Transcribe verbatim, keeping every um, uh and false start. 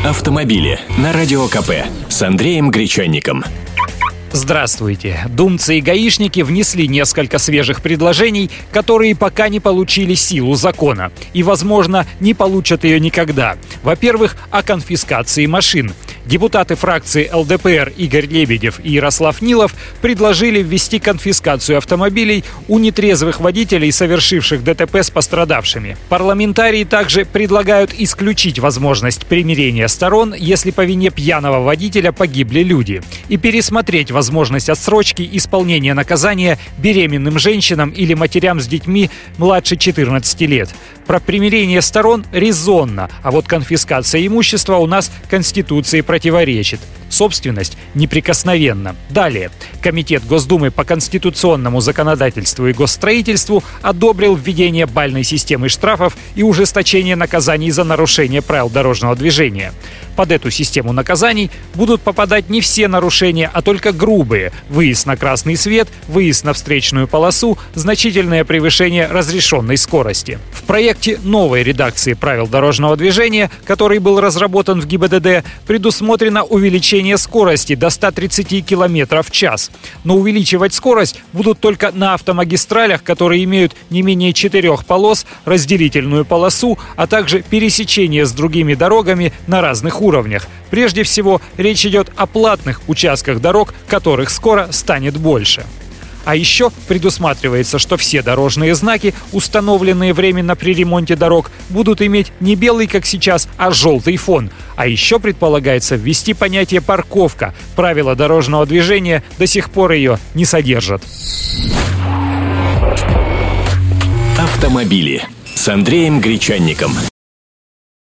Автомобили на Радио ка пэ с Андреем Гречанником. Здравствуйте. Думцы и гаишники внесли несколько свежих предложений, которые пока не получили силу закона и, возможно, не получат ее никогда. Во-первых, о конфискации машин. Депутаты фракции эл дэ пэ эр Игорь Лебедев и Ярослав Нилов предложили ввести конфискацию автомобилей у нетрезвых водителей, совершивших дэ тэ пэ с пострадавшими. Парламентарии также предлагают исключить возможность примирения сторон, если по вине пьяного водителя погибли люди, и пересмотреть возможность отсрочки исполнения наказания беременным женщинам или матерям с детьми младше четырнадцати лет. Про примирение сторон резонно, а вот конфискация имущества у нас Конституции противоречит. Собственность неприкосновенна. Далее. Комитет Госдумы по конституционному законодательству и госстроительству одобрил введение бальной системы штрафов и ужесточение наказаний за нарушение правил дорожного движения. Под эту систему наказаний будут попадать не все нарушения, а только грубые: выезд на красный свет, выезд на встречную полосу, значительное превышение разрешенной скорости. В проекте новой редакции правил дорожного движения, который был разработан в гэ и бэ дэ дэ, предусмотрено увеличение скорости до ста тридцати километров в час. Но увеличивать скорость будут только на автомагистралях, которые имеют не менее четырех полос, разделительную полосу, а также пересечение с другими дорогами на разных уровнях. Прежде всего, речь идет о платных участках дорог, которых скоро станет больше. А еще предусматривается, что все дорожные знаки, установленные временно при ремонте дорог, будут иметь не белый, как сейчас, а желтый фон. А еще предполагается ввести понятие «парковка». Правила дорожного движения до сих пор ее не содержат. Автомобили с Андреем Гречанником.